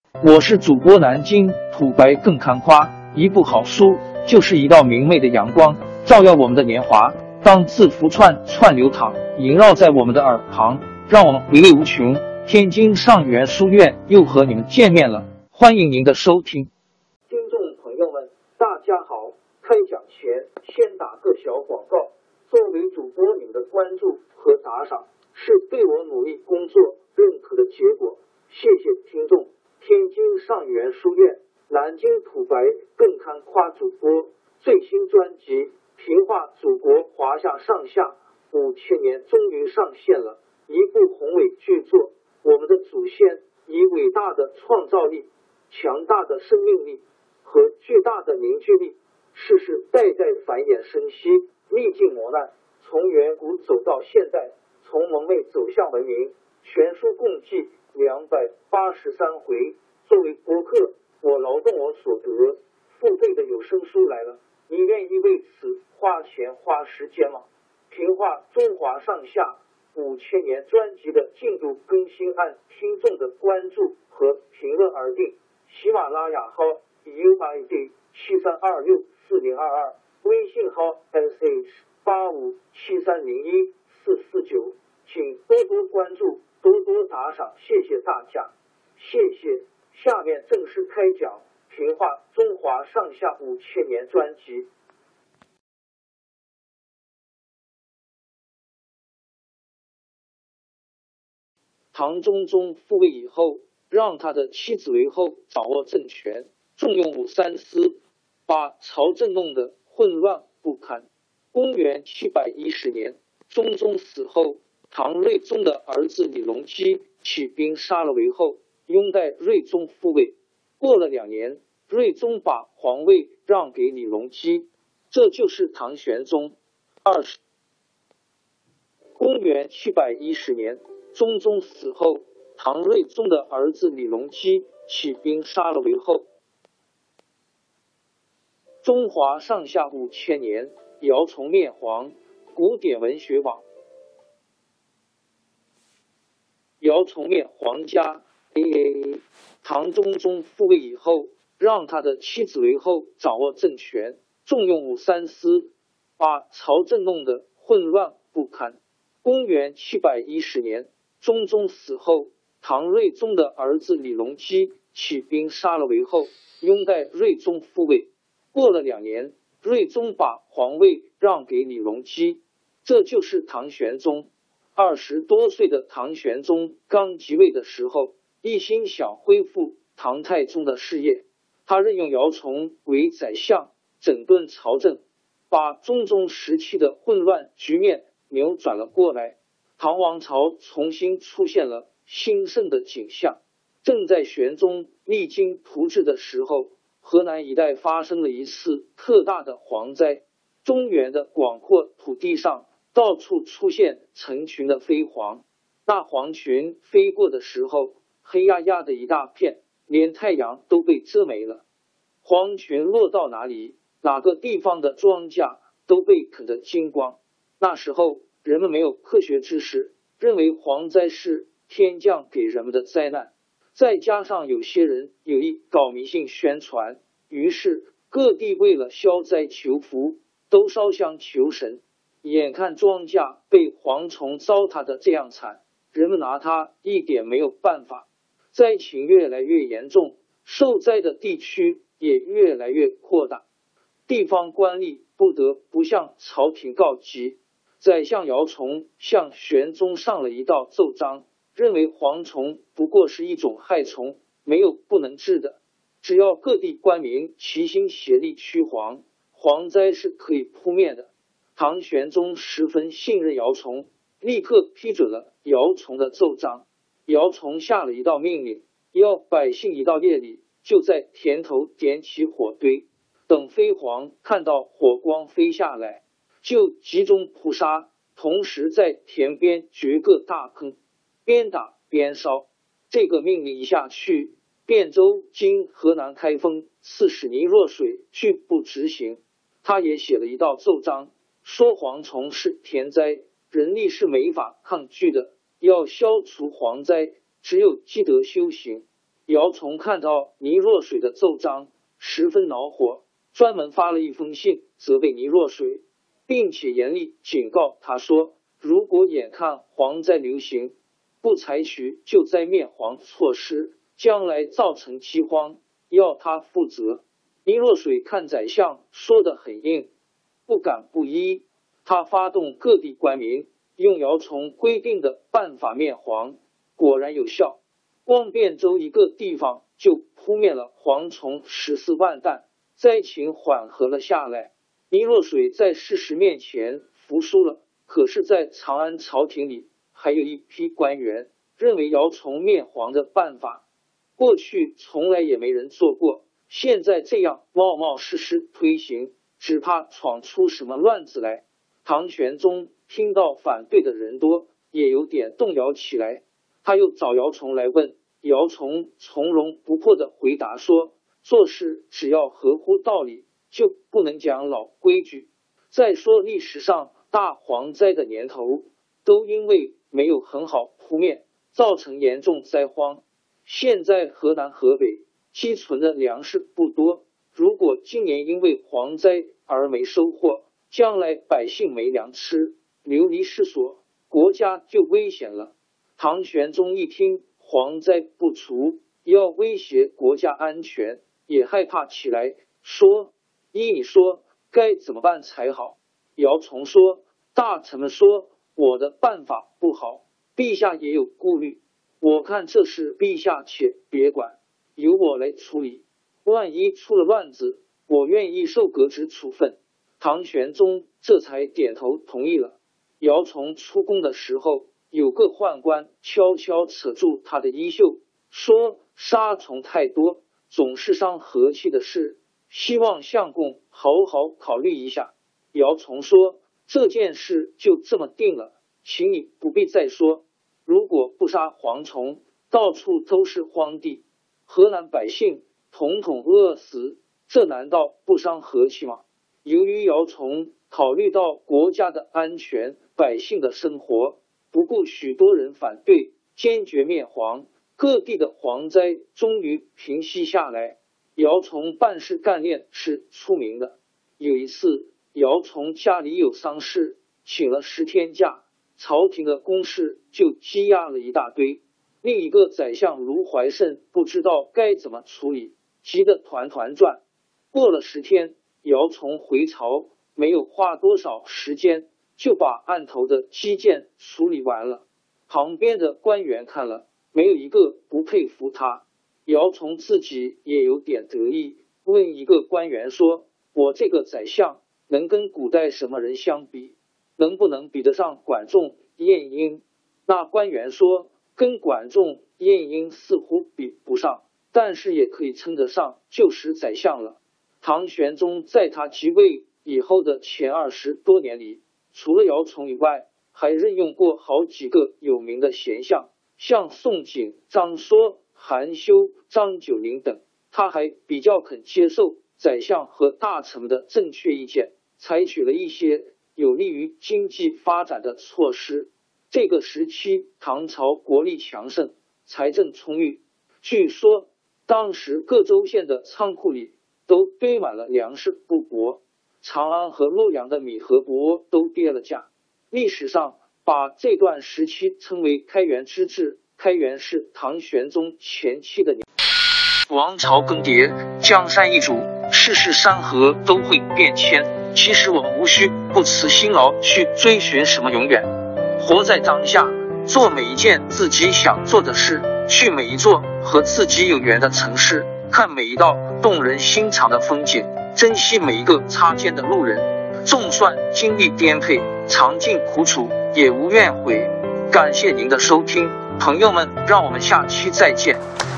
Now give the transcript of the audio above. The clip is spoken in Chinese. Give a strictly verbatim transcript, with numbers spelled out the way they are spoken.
我是主播南京土白更看花，一部好书就是一道明媚的阳光，照耀我们的年华。当字符串串流淌，萦绕在我们的耳旁，让我们回味无穷。天津上元书院又和你们见面了，欢迎您的收听。 听众朋友们，大家好！开讲前先打个小广告。作为主播，你们的关注和打赏是对我努力工作认可的结果，谢谢听众。天津上元书院、南京土白更看花主播最新专辑《平话祖国华夏上下五千年》终于上线了，一部宏伟巨作。我们的祖先以伟大的创造力、强大的生命力和巨大的凝聚力，世世代代繁衍生息，历尽磨难，从远古走到现代，从蒙昧走向文明。全书共计两百八十三回。作为播客，我劳动我所得，付费的有声书来了，你愿意为此花钱花时间吗？评话中华上下五千年专辑的进度更新按听众的关注和评论而定。喜马拉雅号 U I D 七三二六四零二二，微信号 S H 八五七三零一四四九，请多多关注，多多打赏，谢谢大家，谢谢。下面正式开讲《评话中华上下五千年》专辑。唐中宗复位以后，让他的妻子韦后掌握政权，重用武三思，把朝政弄得混乱不堪。公元七百一十年，中宗死后，唐睿宗的儿子李隆基起兵杀了韦后，拥戴睿宗复位。过了两年，睿宗把皇位让给李隆基，这就是唐玄宗。二十公元七百一十年，中宗死后，唐睿宗的儿子李隆基起兵杀了韦后。中华上下五千年，姚崇灭黄。古典文学网。姚崇灭黄家 A A 唐中宗复位以后，让他的妻子韦后掌握政权，重用武三思，把朝政弄得混乱不堪。公元七百一十年，中宗死后，唐睿宗的儿子李隆基起兵杀了韦后，拥戴睿宗复位。过了两年，睿宗把皇位让给李隆基，这就是唐玄宗。二十多岁的唐玄宗刚即位的时候，一心想恢复唐太宗的事业，他任用姚崇为宰相，整顿朝政，把中宗时期的混乱局面扭转了过来。唐王朝重新出现了兴盛的景象。正在玄宗励精图治的时候，河南一带发生了一次特大的蝗灾，中原的广阔土地上到处出现成群的飞蝗，那蝗群飞过的时候，黑压压的一大片，连太阳都被遮没了。蝗群落到哪里，哪个地方的庄稼都被啃得精光。那时候人们没有科学知识，认为蝗灾是天降给人们的灾难，再加上有些人有意搞迷信宣传，于是各地为了消灾求福，都烧香求神。眼看庄稼被蝗虫糟蹋的这样惨，人们拿它一点没有办法，灾情越来越严重，受灾的地区也越来越扩大。地方官吏不得不向朝廷告急，宰相姚崇向玄宗上了一道奏章，认为蝗虫不过是一种害虫，没有不能治的，只要各地官民齐心协力驱蝗，蝗灾是可以扑灭的。唐玄宗十分信任姚崇，立刻批准了姚崇的奏章。姚崇下了一道命令，要百姓一到夜里就在田头点起火堆，等飞蝗看到火光飞下来，就集中扑杀，同时在田边掘个大坑，边打边烧。这个命令一下去，汴州经河南开封刺史倪若水拒不执行。他也写了一道奏章，说蝗虫是天灾，人力是没法抗拒的，要消除蝗灾，只有积德修行。 姚崇看到倪若水的奏章，十分恼火，专门发了一封信责备倪若水，并且严厉警告他说，如果眼看蝗灾流行，不采取救灾灭蝗措施，将来造成饥荒，要他负责。倪若水看宰相说得很硬，不敢不依，他发动各地官民，用姚崇规定的办法灭蝗，果然有效。光汴州一个地方就扑灭了蝗虫十四万担，灾情缓和了下来。倪若水在事实面前服输了，可是在长安朝廷里还有一批官员认为姚崇灭蝗的办法过去从来也没人做过，现在这样冒冒失失推行，只怕闯出什么乱子来。唐玄宗听到反对的人多，也有点动摇起来。他又找姚崇来问，姚崇从容不迫地回答说，做事只要合乎道理，就不能讲老规矩。再说历史上大蝗灾的年头，都因为没有很好扑灭，造成严重灾荒。现在河南河北积存的粮食不多，如果今年因为蝗灾而没收获，将来百姓没粮吃，流离失所，国家就危险了。唐玄宗一听蝗灾不除，要威胁国家安全，也害怕起来，说，依你说该怎么办才好？姚崇说，大臣们说我的办法不好，陛下也有顾虑，我看这事陛下且别管，由我来处理，万一出了乱子，我愿意受革职处分。唐玄宗这才点头同意了。姚崇出宫的时候，有个宦官悄悄扯住他的衣袖，说，杀虫太多，总是伤和气的事，希望相公好好考虑一下。姚崇说，这件事就这么定了，请你不必再说。如果不杀蝗虫，到处都是荒地，河南百姓统统饿死，这难道不伤和气吗？由于姚崇考虑到国家的安全，百姓的生活，不顾许多人反对，坚决灭蝗，各地的蝗灾终于平息下来。姚崇办事干练是出名的。有一次，姚崇家里有丧事，请了十天假，朝廷的公事就积压了一大堆。另一个宰相卢怀慎不知道该怎么处理，急得团团转。过了十天，姚崇回朝，没有花多少时间，就把案头的基建处理完了。旁边的官员看了，没有一个不佩服他。姚崇自己也有点得意，问一个官员说，我这个宰相能跟古代什么人相比？能不能比得上管仲、晏婴？那官员说，跟管仲、晏婴似乎比不上，但是也可以称得上旧时宰相了。唐玄宗在他即位以后的前二十多年里，除了姚崇以外，还任用过好几个有名的贤相，像宋璟、张说、韩休、张九龄等。他还比较肯接受宰相和大臣们的正确意见，采取了一些有利于经济发展的措施。这个时期，唐朝国力强盛，财政充裕，据说当时各州县的仓库里都堆满了粮食布帛，长安和洛阳的米和帛都跌了价。历史上把这段时期称为开元之治，开元是唐玄宗前期的年。王朝更迭，江山易主，世事山河都会变迁。其实我们无需不辞辛劳去追寻什么永远，活在当下，做每一件自己想做的事，去每一座和自己有缘的城市，看每一道动人心肠的风景，珍惜每一个擦肩的路人。纵算经历颠沛，尝尽苦楚，也无怨悔。感谢您的收听，朋友们，让我们下期再见。